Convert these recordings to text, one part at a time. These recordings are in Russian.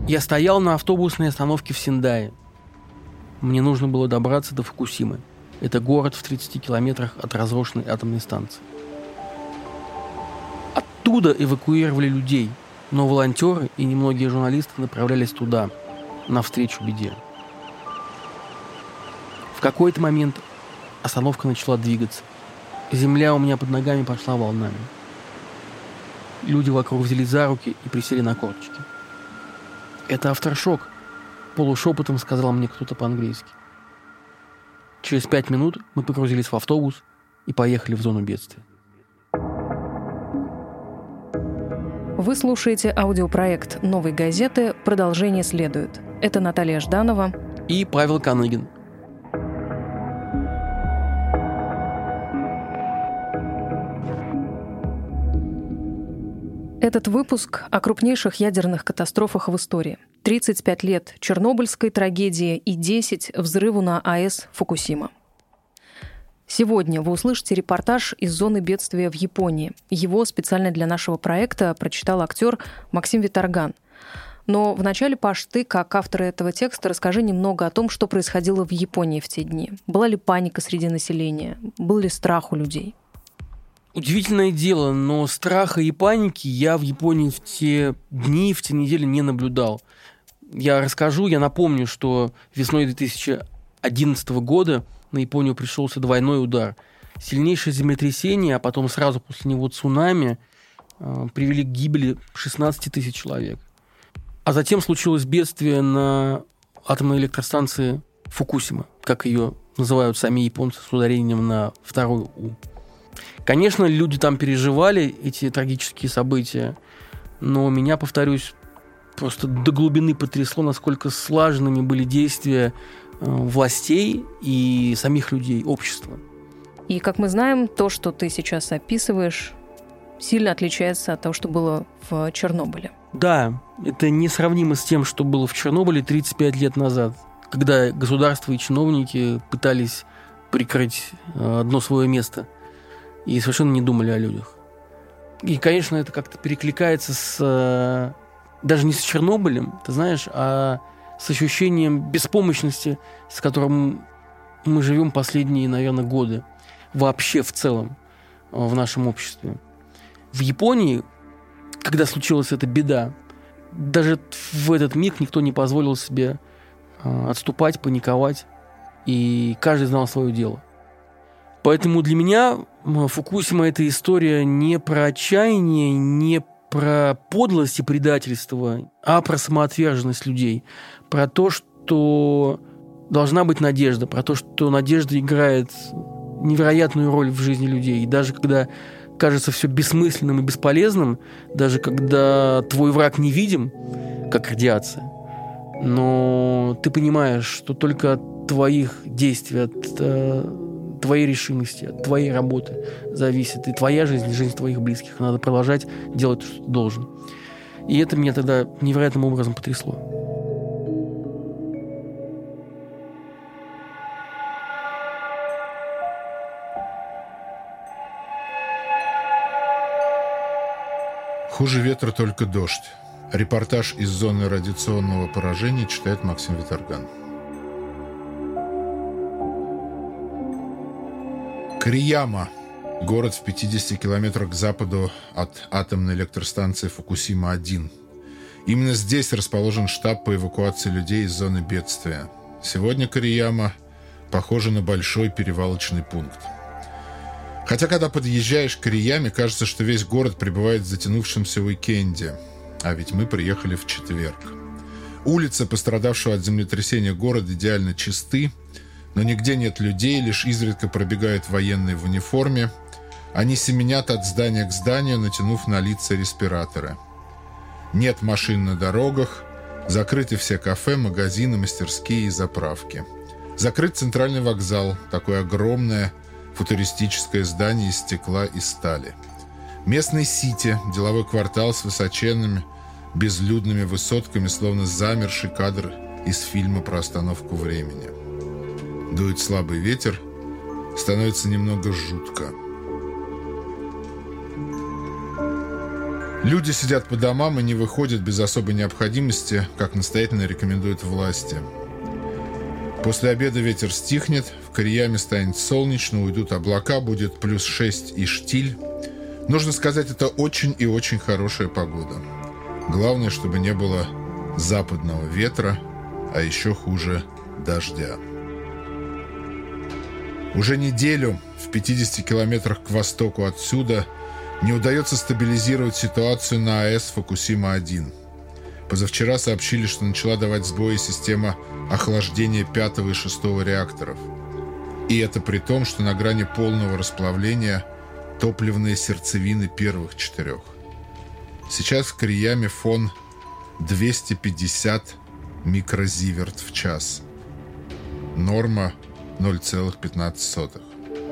Я стоял на автобусной остановке в Сендае. Мне нужно было добраться до Фукусимы. Это город в 30 километрах от разрушенной атомной станции. Оттуда эвакуировали людей, но волонтеры и немногие журналисты направлялись туда, навстречу беде. В какой-то момент остановка начала двигаться. Земля у меня под ногами пошла волнами. Люди вокруг взялись за руки и присели на корточки. «Это авторшок», — полушепотом сказал мне кто-то по-английски. Через 5 минут мы погрузились в автобус и поехали в зону бедствия. Вы слушаете аудиопроект «Новой газеты». Продолжение следует. Это Наталья Жданова и Павел Каныгин. Этот выпуск о крупнейших ядерных катастрофах в истории. 35 лет Чернобыльской трагедии и 10 взрыву на АЭС Фукусима. Сегодня вы услышите репортаж из зоны бедствия в Японии. Его специально для нашего проекта прочитал актер Максим Виторган. Но вначале, Паш, ты, как автор этого текста, расскажи немного о том, что происходило в Японии в те дни. Была ли паника среди населения? Был ли страх у людей? Удивительное дело, но страха и паники я в Японии в те дни, в те недели не наблюдал. Я напомню, что весной 2011 года на Японию пришелся двойной удар. Сильнейшее землетрясение, а потом сразу после него цунами привели к гибели 16 тысяч человек. А затем случилось бедствие на атомной электростанции Фукусима, как ее называют сами японцы с ударением на вторую «у». Конечно, люди там переживали эти трагические события, но меня, повторюсь, просто до глубины потрясло, насколько слаженными были действия властей и самих людей, общества. И, как мы знаем, то, что ты сейчас описываешь, сильно отличается от того, что было в Чернобыле. Да, это несравнимо с тем, что было в Чернобыле 35 лет назад, когда государство и чиновники пытались прикрыть одно свое место и совершенно не думали о людях. И, конечно, это как-то перекликается с... даже не с Чернобылем, ты знаешь, а с ощущением беспомощности, с которым мы живем последние, наверное, годы. Вообще в целом в нашем обществе. В Японии, когда случилась эта беда, даже в этот миг никто не позволил себе отступать, паниковать, и каждый знал свое дело. Поэтому для меня Фукусима – это история не про отчаяние, не про подлость и предательство, а про самоотверженность людей, про то, что должна быть надежда, про то, что надежда играет невероятную роль в жизни людей. И даже когда кажется все бессмысленным и бесполезным, даже когда твой враг невидим, как радиация, но ты понимаешь, что только от твоих действий, от твоей решимости, от твоей работы зависит и твоя жизнь, и жизнь твоих близких. Надо продолжать делать, что ты должен. И это меня тогда невероятным образом потрясло. Хуже ветра только дождь. Репортаж из зоны радиационного поражения читает Максим Виторган. Корияма. Город в 50 километрах к западу от атомной электростанции Фукусима-1. Именно здесь расположен штаб по эвакуации людей из зоны бедствия. Сегодня Корияма похожа на большой перевалочный пункт. Хотя, когда подъезжаешь к Корияме, кажется, что весь город пребывает в затянувшемся уикенде. А ведь мы приехали в четверг. Улицы, пострадавшего от землетрясения города, идеально чисты, но нигде нет людей, лишь изредка пробегают военные в униформе. Они семенят от здания к зданию, натянув на лица респираторы. Нет машин на дорогах, закрыты все кафе, магазины, мастерские и заправки. Закрыт центральный вокзал, такое огромное футуристическое здание из стекла и стали. Местный Сити, деловой квартал с высоченными безлюдными высотками, словно замерший кадр из фильма про остановку времени. Дует слабый ветер, становится немного жутко. Люди сидят по домам и не выходят без особой необходимости, как настоятельно рекомендуют власти. После обеда ветер стихнет, в Корияме станет солнечно, уйдут облака, будет плюс 6 и штиль. Нужно сказать, это очень и очень хорошая погода. Главное, чтобы не было западного ветра, а еще хуже дождя. Уже неделю в 50 километрах к востоку отсюда не удается стабилизировать ситуацию на АЭС Фукусима-1. Позавчера сообщили, что начала давать сбои система охлаждения 5 и 6 реакторов. И это при том, что на грани полного расплавления топливные сердцевины первых 4. Сейчас в Корияме фон 250 микрозиверт в час. Норма 0,15.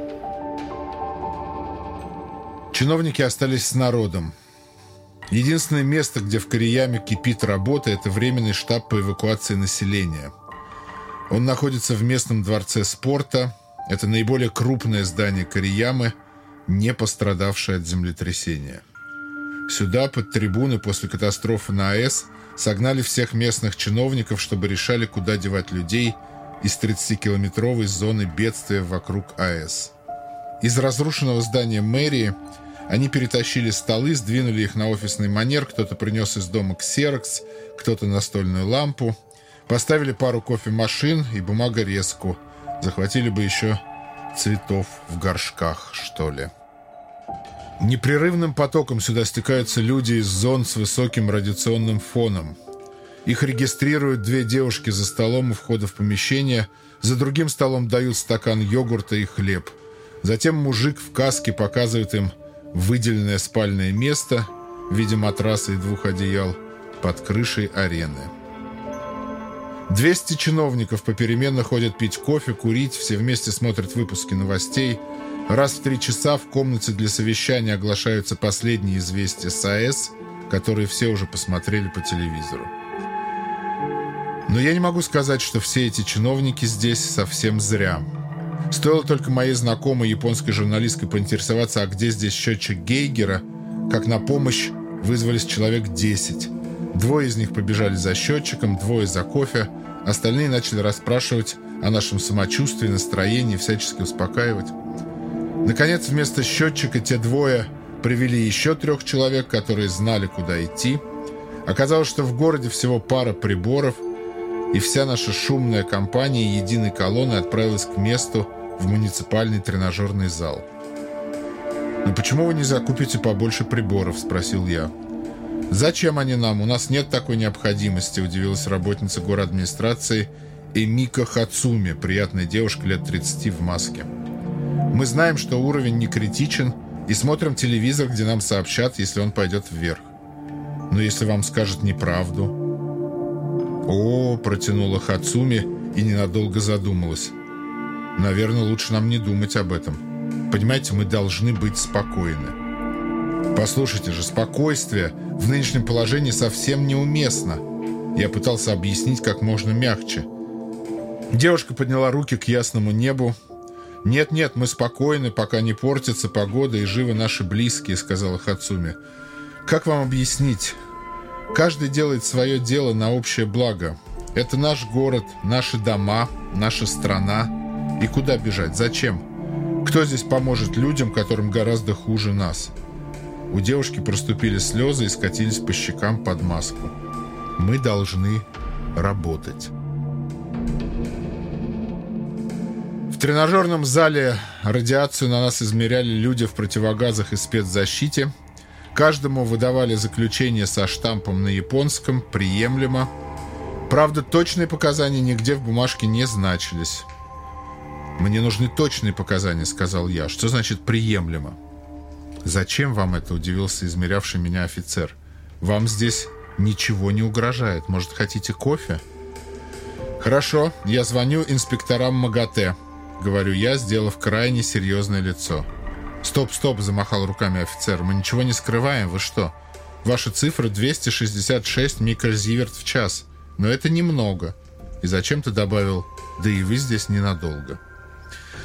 Чиновники остались с народом. Единственное место, где в Корияме кипит работа, это временный штаб по эвакуации населения. Он находится в местном дворце спорта. Это наиболее крупное здание Кореямы, не пострадавшее от землетрясения. Сюда, под трибуны после катастрофы на АЭС, согнали всех местных чиновников, чтобы решали, куда девать людей из 30-километровой зоны бедствия вокруг АЭС. Из разрушенного здания мэрии они перетащили столы, сдвинули их на офисный манер, кто-то принес из дома ксерокс, кто-то настольную лампу, поставили пару кофемашин и бумагорезку, захватили бы еще цветов в горшках, что ли. Непрерывным потоком сюда стекаются люди из зон с высоким радиационным фоном. Их регистрируют 2 девушки за столом у входа в помещение, за другим столом дают стакан йогурта и хлеб. Затем мужик в каске показывает им выделенное спальное место в виде матраса и 2 одеял под крышей арены. 200 чиновников попеременно ходят пить кофе, курить, все вместе смотрят выпуски новостей. Раз в 3 часа в комнате для совещания оглашаются последние известия с АЭС, которые все уже посмотрели по телевизору. Но я не могу сказать, что все эти чиновники здесь совсем зря. Стоило только моей знакомой японской журналисткой поинтересоваться, а где здесь счетчик Гейгера, как на помощь вызвались человек 10. 2 из них побежали за счетчиком, 2 за кофе, остальные начали расспрашивать о нашем самочувствии, настроении, всячески успокаивать. Наконец, вместо счетчика те 2 привели еще 3 человек, которые знали, куда идти. Оказалось, что в городе всего пара приборов, и вся наша шумная компания единой колонной отправилась к месту в муниципальный тренажерный зал. «Но почему вы не закупите побольше приборов?» – спросил я. «Зачем они нам? У нас нет такой необходимости», – удивилась работница городадминистрации Эмика Хацуми, приятная девушка лет 30 в маске. «Мы знаем, что уровень не критичен, и смотрим телевизор, где нам сообщат, если он пойдет вверх. Но если вам скажут неправду...» «О», — протянула Хацуми и ненадолго задумалась. «Наверное, лучше нам не думать об этом. Понимаете, мы должны быть спокойны». «Послушайте же, спокойствие в нынешнем положении совсем неуместно». Я пытался объяснить как можно мягче. Девушка подняла руки к ясному небу. «Нет-нет, мы спокойны, пока не портится погода и живы наши близкие», — сказала Хацуми. «Как вам объяснить? Каждый делает свое дело на общее благо. Это наш город, наши дома, наша страна. И куда бежать? Зачем? Кто здесь поможет людям, которым гораздо хуже нас?» У девушки проступили слезы и скатились по щекам под маску. «Мы должны работать». В тренажерном зале радиацию на нас измеряли люди в противогазах и спецзащите. Каждому выдавали заключение со штампом на японском «приемлемо». Правда, точные показания нигде в бумажке не значились. «Мне нужны точные показания», — сказал я. «Что значит «приемлемо»?» «Зачем вам это?» — удивился измерявший меня офицер. «Вам здесь ничего не угрожает. Может, хотите кофе?» «Хорошо, я звоню инспекторам МАГАТЭ», — говорю я, сделав крайне серьезное лицо. «Стоп, стоп», — замахал руками офицер. «Мы ничего не скрываем, вы что? Ваша цифра 266 микрозиверт в час. Но это немного». И зачем-то добавил: «Да и вы здесь ненадолго».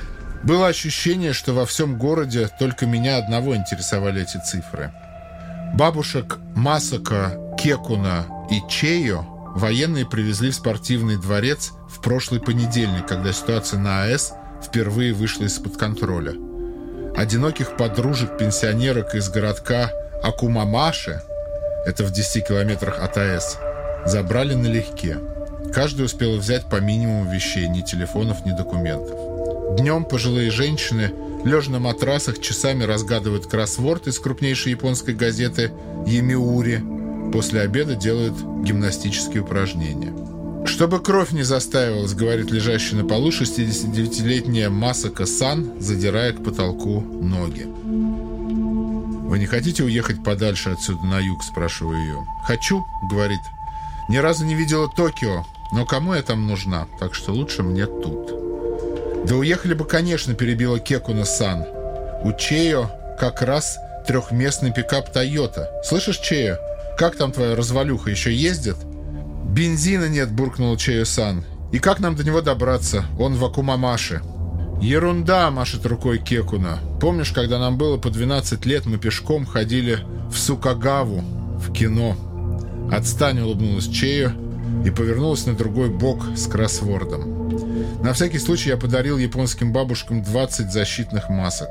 Было ощущение, что во всем городе только меня одного интересовали эти цифры. Бабушек Масака, Кекуна и Чейо военные привезли в спортивный дворец в прошлый понедельник, когда ситуация на АЭС впервые вышла из-под контроля. Одиноких подружек-пенсионерок из городка Акумамаши, это в 10 километрах от АЭС, забрали налегке. Каждый успел взять по минимуму вещей, ни телефонов, ни документов. Днем пожилые женщины, лежа на матрасах, часами разгадывают кроссворд из крупнейшей японской газеты «Емиури». После обеда делают гимнастические упражнения. «Чтобы кровь не застаивалась», — говорит лежащая на полу 69-летняя Масака-сан, задирая к потолку ноги. «Вы не хотите уехать подальше отсюда на юг?» — спрашиваю ее. «Хочу», — говорит. «Ни разу не видела Токио, но кому я там нужна, так что лучше мне тут». «Да уехали бы, конечно», — перебила Кекуна-сан. «У Чейо как раз трехместный пикап Тойота. Слышишь, Чейо, как там твоя развалюха, еще ездит?» «Бензина нет», — буркнул Чейо-сан. «И как нам до него добраться? Он в Акумамаши». «Ерунда», — машет рукой Кекуна. «Помнишь, когда нам было по 12 лет, мы пешком ходили в Сукагаву, в кино?» «Отстань», — улыбнулась Чейо и повернулась на другой бок с кроссвордом. «На всякий случай я подарил японским бабушкам 20 защитных масок».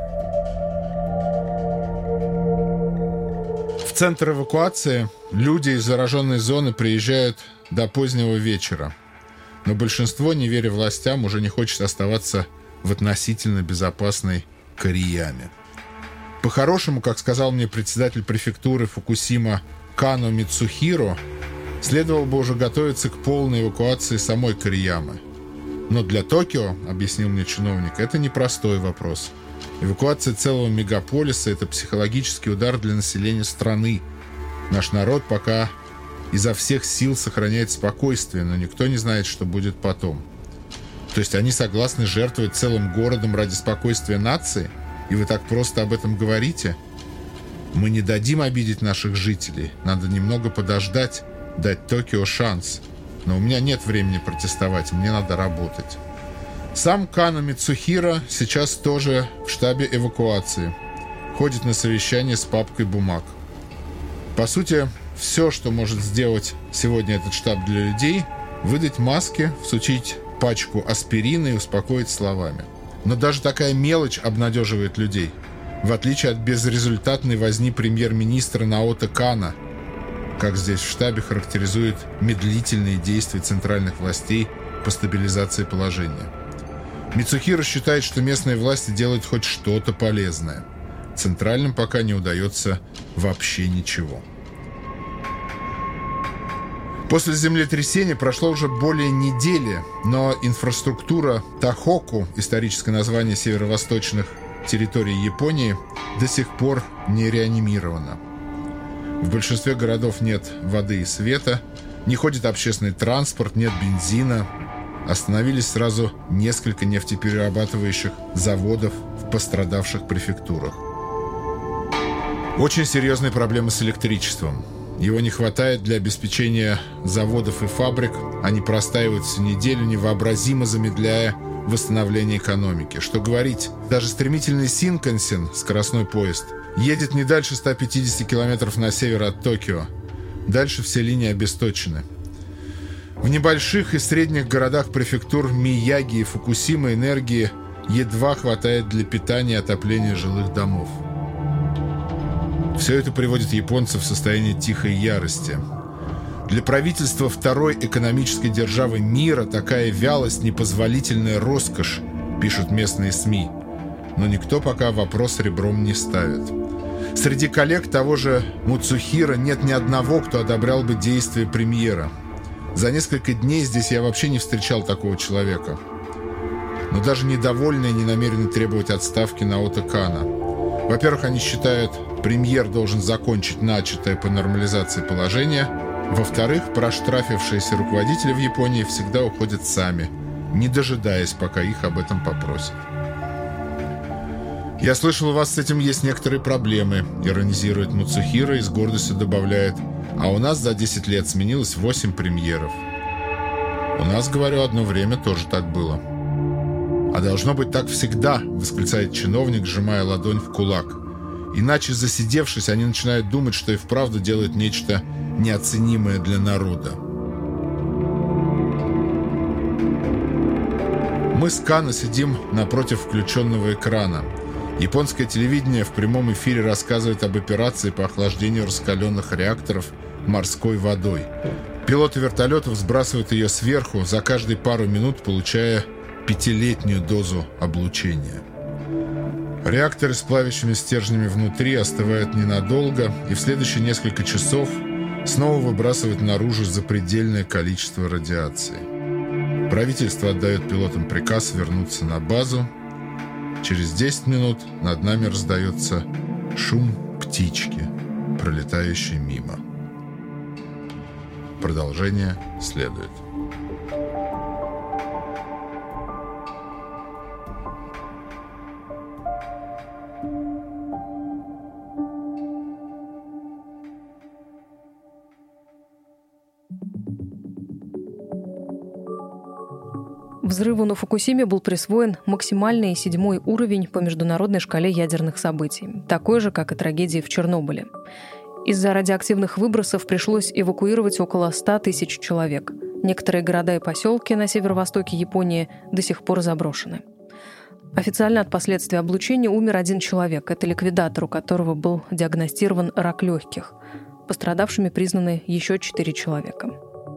В центр эвакуации люди из зараженной зоны приезжают до позднего вечера. Но большинство, не веря властям, уже не хочет оставаться в относительно безопасной Корияме. По-хорошему, как сказал мне председатель префектуры Фукусима Кано Мицухиро, следовало бы уже готовиться к полной эвакуации самой Кориямы. Но для Токио, объяснил мне чиновник, это непростой вопрос. Эвакуация целого мегаполиса – это психологический удар для населения страны. Наш народ пока изо всех сил сохраняет спокойствие, но никто не знает, что будет потом. То есть они согласны жертвовать целым городом ради спокойствия нации? И вы так просто об этом говорите? Мы не дадим обидеть наших жителей. Надо немного подождать, дать Токио шанс. Но у меня нет времени протестовать, мне надо работать. Сам Кано Мицухиро сейчас тоже в штабе эвакуации. Ходит на совещание с папкой бумаг. По сути, все, что может сделать сегодня этот штаб для людей, выдать маски, всучить пачку аспирина и успокоить словами. Но даже такая мелочь обнадеживает людей. В отличие от безрезультатной возни премьер-министра Наото Кано, как здесь в штабе характеризует медлительные действия центральных властей по стабилизации положения. Мицухиро считает, что местные власти делают хоть что-то полезное. Центральным пока не удается вообще ничего. После землетрясения прошло уже более недели, но инфраструктура Тохоку, историческое название северо-восточных территорий Японии, до сих пор не реанимирована. В большинстве городов нет воды и света, не ходит общественный транспорт, нет бензина. Остановились сразу несколько нефтеперерабатывающих заводов в пострадавших префектурах. Очень серьезные проблемы с электричеством. Его не хватает для обеспечения заводов и фабрик. Они простаивают всю неделю, невообразимо замедляя восстановление экономики. Что говорить, даже стремительный Синкансен, скоростной поезд, едет не дальше 150 километров на север от Токио. Дальше все линии обесточены. В небольших и средних городах префектур Мияги и Фукусимы энергии едва хватает для питания и отопления жилых домов. Все это приводит японцев в состояние тихой ярости. Для правительства второй экономической державы мира такая вялость – непозволительная роскошь, пишут местные СМИ. Но никто пока вопрос ребром не ставит. Среди коллег того же Мицухиро нет ни одного, кто одобрял бы действия премьера. За несколько дней здесь я вообще не встречал такого человека. Но даже недовольные не намерены требовать отставки Наото Кано. Во-первых, они считают, премьер должен закончить начатое по нормализации положение. Во-вторых, проштрафившиеся руководители в Японии всегда уходят сами, не дожидаясь, пока их об этом попросят. «Я слышал, у вас с этим есть некоторые проблемы», — иронизирует Мицухиро и с гордостью добавляет: «А у нас за 10 лет сменилось 8 премьеров». «У нас, говорю, одно время тоже так было». «А должно быть так всегда», — восклицает чиновник, сжимая ладонь в кулак. Иначе, засидевшись, они начинают думать, что и вправду делают нечто неоценимое для народа. Мы с Кано сидим напротив включенного экрана. Японское телевидение в прямом эфире рассказывает об операции по охлаждению раскаленных реакторов морской водой. Пилоты вертолетов сбрасывают ее сверху, за каждые пару минут получая 5-летнюю дозу облучения. Реакторы с плавящими стержнями внутри остывают ненадолго и в следующие несколько часов снова выбрасывают наружу запредельное количество радиации. Правительство отдает пилотам приказ вернуться на базу. Через 10 минут над нами раздается шум птички, пролетающей мимо. Продолжение следует. Взрыву на Фукусиме был присвоен максимальный 7-й уровень по международной шкале ядерных событий, такой же, как и трагедии в Чернобыле. Из-за радиоактивных выбросов пришлось эвакуировать около 100 тысяч человек. Некоторые города и поселки на северо-востоке Японии до сих пор заброшены. Официально от последствий облучения умер 1 человек. Это ликвидатор, у которого был диагностирован рак легких. Пострадавшими признаны еще 4 человека.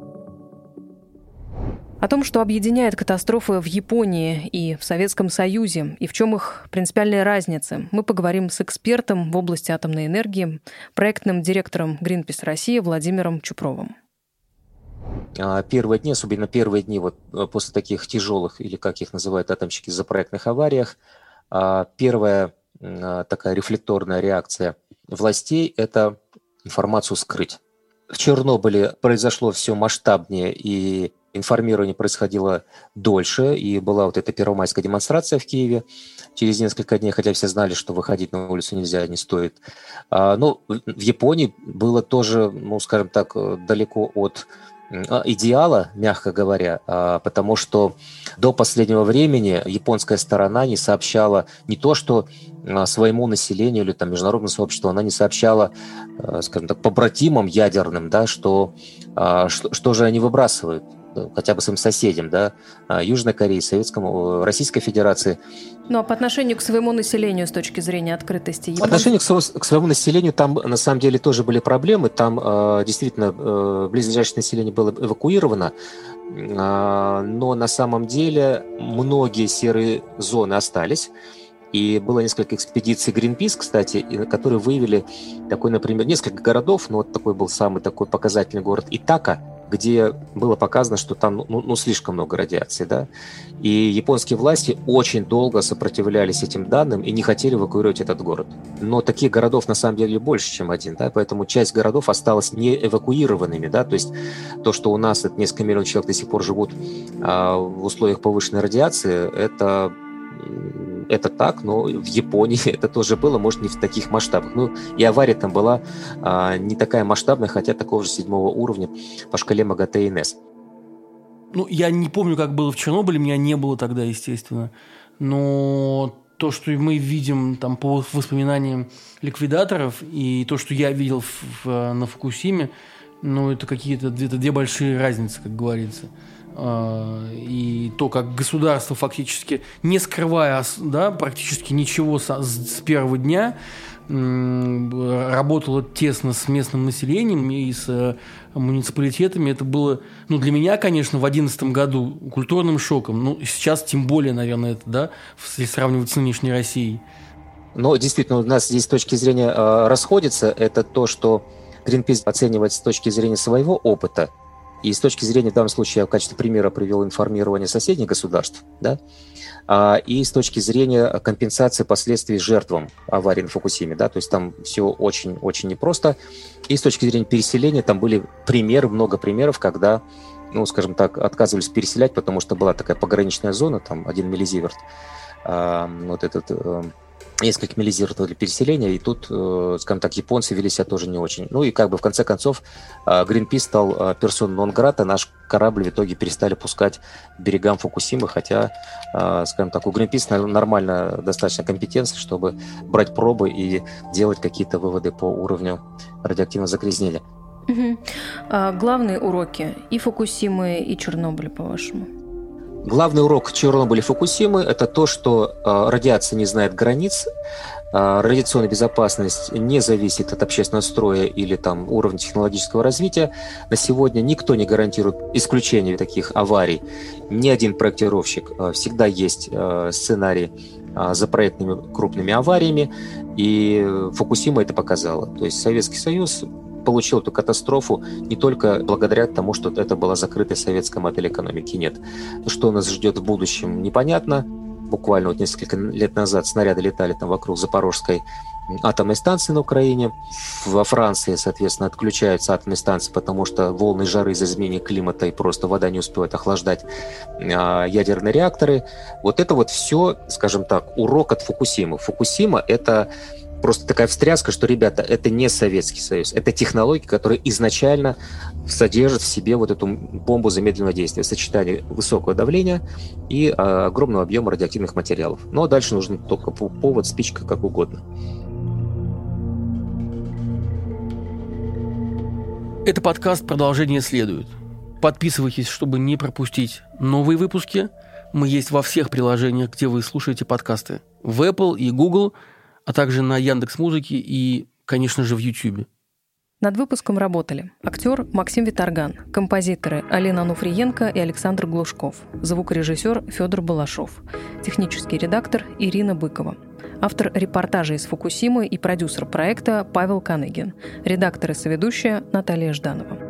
О том, что объединяет катастрофы в Японии и в Советском Союзе, и в чем их принципиальная разница, мы поговорим с экспертом в области атомной энергии, проектным директором Greenpeace России Владимиром Чупровым. Первые дни, особенно первые дни вот после таких тяжелых, или как их называют атомщики, запроектных авариях, первая такая рефлекторная реакция властей – это информацию скрыть. В Чернобыле произошло все масштабнее, и информирование происходило дольше, и была вот эта первомайская демонстрация в Киеве через несколько дней, хотя все знали, что выходить на улицу нельзя, не стоит. Но в Японии было тоже, скажем так, далеко от идеала, мягко говоря, потому что до последнего времени японская сторона не сообщала не то, что своему населению или там международному сообществу, она не сообщала, скажем так, побратимам ядерным, да, что же они выбрасывают, хотя бы своим соседям, да, Южной Корее, Советскому, Российской Федерации. Ну а по отношению к своему населению с точки зрения открытости? По отношению к своему населению там на самом деле тоже были проблемы. Там действительно близлежащее население было эвакуировано, но на самом деле многие серые зоны остались. И было несколько экспедиций Greenpeace, кстати, которые выявили такой, например, несколько городов, но вот такой был самый такой показательный город Итака, где было показано, что там слишком много радиации, да. И японские власти очень долго сопротивлялись этим данным и не хотели эвакуировать этот город. Но таких городов на самом деле больше, чем один, да, поэтому часть городов осталась не эвакуированными, да, то есть то, что у нас это несколько миллионов человек до сих пор живут в условиях повышенной радиации, это так, но в Японии это тоже было, может, не в таких масштабах. Ну, и авария там была не такая масштабная, хотя такого же 7-го уровня по шкале МАГАТЭ и НЭС. Ну, я не помню, как было в Чернобыле, меня не было тогда, естественно. Но то, что мы видим там по воспоминаниям ликвидаторов, и то, что я видел на Фукусиме, это какие-то две большие разницы, как говорится. И то, как государство фактически, не скрывая, да, практически ничего с первого дня, работало тесно с местным населением и с муниципалитетами. Это было, для меня, конечно, в 2011 году культурным шоком. Сейчас тем более, наверное, это, да, если сравнивать с нынешней Россией. Но действительно, у нас здесь с точки зрения расходится. Это то, что Greenpeace оценивает с точки зрения своего опыта. И с точки зрения, в данном случае, я в качестве примера привел информирование соседних государств, да, и с точки зрения компенсации последствий жертвам аварии на Фукусиме, да, то есть там все очень-очень непросто. И с точки зрения переселения там были много примеров, когда, скажем так, отказывались переселять, потому что была такая пограничная зона, там 1 миллизиверт, вот этот несколько милизированного для переселения, и тут, скажем так, японцы вели себя тоже не очень. Ну и в конце концов Greenpeace стал персона нон-грата, наш корабль в итоге перестали пускать к берегам Фукусимы, хотя, скажем так, у Greenpeace нормально достаточно компетенции, чтобы брать пробы и делать какие-то выводы по уровню радиоактивного загрязнения. Главные уроки и Фукусимы, и Чернобыля, по-вашему? Главный урок Чернобыля и Фукусимы – это то, что радиация не знает границ, радиационная безопасность не зависит от общественного строя или уровня технологического развития. На сегодня никто не гарантирует исключение таких аварий. Ни один проектировщик. Всегда есть сценарий за проектными крупными авариями, и Фукусима это показала. То есть Советский Союз получил эту катастрофу не только благодаря тому, что это была закрытая советская модель экономики. Нет. Что нас ждет в будущем, непонятно. Буквально несколько лет назад снаряды летали вокруг Запорожской атомной станции на Украине. Во Франции, соответственно, отключаются атомные станции, потому что волны жары из-за изменения климата и просто вода не успевает охлаждать ядерные реакторы. Вот это все, скажем так, урок от Фукусимы. Фукусима – это просто такая встряска, что, ребята, это не Советский Союз, это технологии, которые изначально содержат в себе вот эту бомбу замедленного действия, сочетание высокого давления и огромного объема радиоактивных материалов. Но дальше нужен только повод, спичка, как угодно. Это подкаст «Продолжение следует». Подписывайтесь, чтобы не пропустить новые выпуски. Мы есть во всех приложениях, где вы слушаете подкасты. В Apple и Google, а также на Яндекс.Музыке и, конечно же, в YouTube. Над выпуском работали актер Максим Виторган, композиторы Алина Ануфриенко и Александр Глушков, звукорежиссер Федор Балашов, технический редактор Ирина Быкова, автор репортажа из Фукусимы и продюсер проекта Павел Каныгин, редактор и соведущая Наталья Жданова.